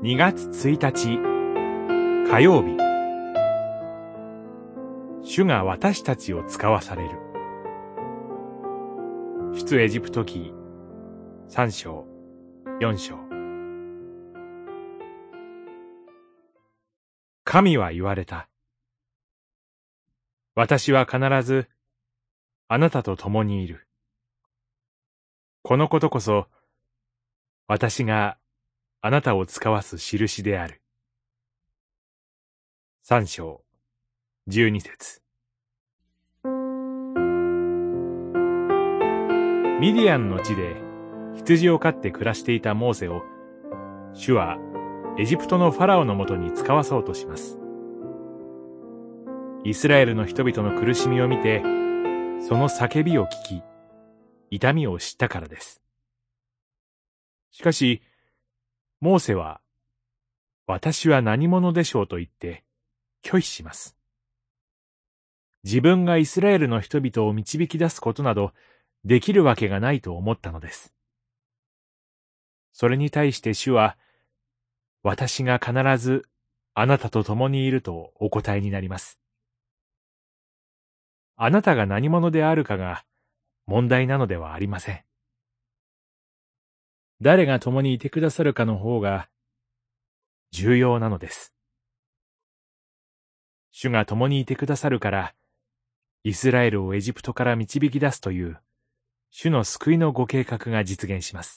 2月1日火曜日。主が私たちを使わされる。出エジプト記3章4章。神は言われた。私は必ずあなたと共にいる。このことこそ私があなたを使わす印である。3章12節。ミディアンの地で羊を飼って暮らしていたモーセを主はエジプトのファラオのもとに使わそうとします。イスラエルの人々の苦しみを見て、その叫びを聞き、痛みを知ったからです。しかし、モーセは、私は何者でしょうと言って拒否します。自分がイスラエルの人々を導き出すことなどできるわけがないと思ったのです。それに対して主は、私が必ずあなたと共にいるとお答えになります。あなたが何者であるかが問題なのではありません。誰が共にいてくださるかの方が重要なのです。主が共にいてくださるから、イスラエルをエジプトから導き出すという主の救いのご計画が実現します。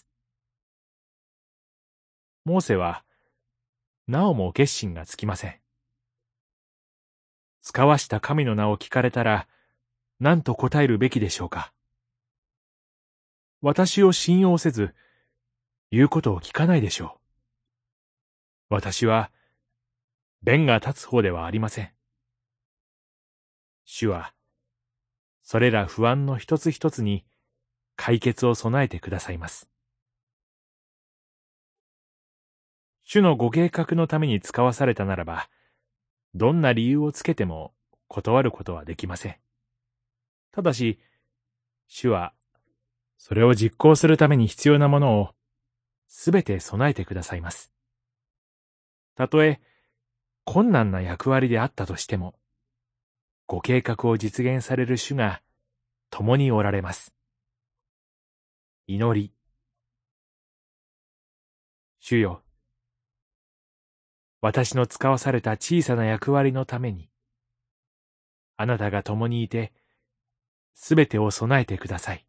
モーセはなおも決心がつきません。使わした神の名を聞かれたら何と答えるべきでしょうか。私を信用せず言うことを聞かないでしょう。私は弁が立つ方ではありません。主はそれら不安の一つ一つに解決を備えてくださいます。主のご計画のために使わされたならば、どんな理由をつけても断ることはできません。ただし、主はそれを実行するために必要なものをすべて備えてくださいます。たとえ困難な役割であったとしても、ご計画を実現される主が共におられます。祈り。主よ、私の使わされた小さな役割のために、あなたが共にいて、すべてを備えてください。